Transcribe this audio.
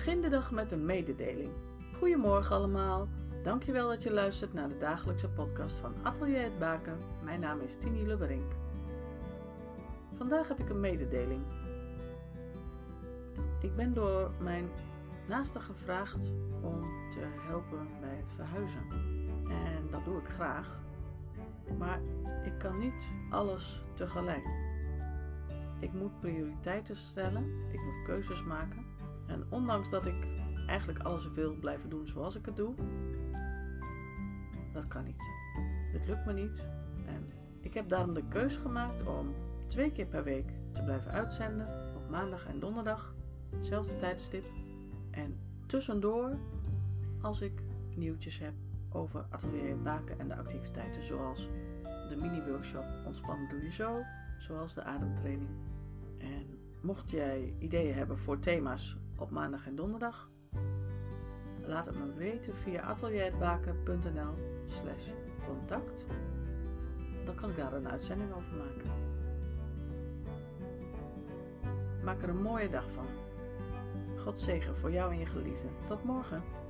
Begin de dag met een mededeling. Goedemorgen allemaal. Dankjewel dat je luistert naar de dagelijkse podcast van Atelier Het Baken. Mijn naam is Tini Lubberink. Vandaag heb ik een mededeling. Ik ben door mijn naaste gevraagd om te helpen bij het verhuizen. En dat doe ik graag. Maar ik kan niet alles tegelijk. Ik moet prioriteiten stellen. Ik moet keuzes maken. En ondanks dat ik eigenlijk alles wil blijven doen zoals ik het doe, dat kan niet. Het lukt me niet. En ik heb daarom de keus gemaakt om 2 keer per week te blijven uitzenden. Op maandag en donderdag. Hetzelfde tijdstip. En tussendoor, als ik nieuwtjes heb over Atelier Het Baken en de activiteiten zoals de mini-workshop Ontspannen doe je zo, zoals de ademtraining. En mocht jij ideeën hebben voor thema's op maandag en donderdag, laat het me weten via atelierhetbaken.nl/contact. Dan kan ik daar een uitzending over maken. Maak er een mooie dag van. God zegen voor jou en je geliefden. Tot morgen.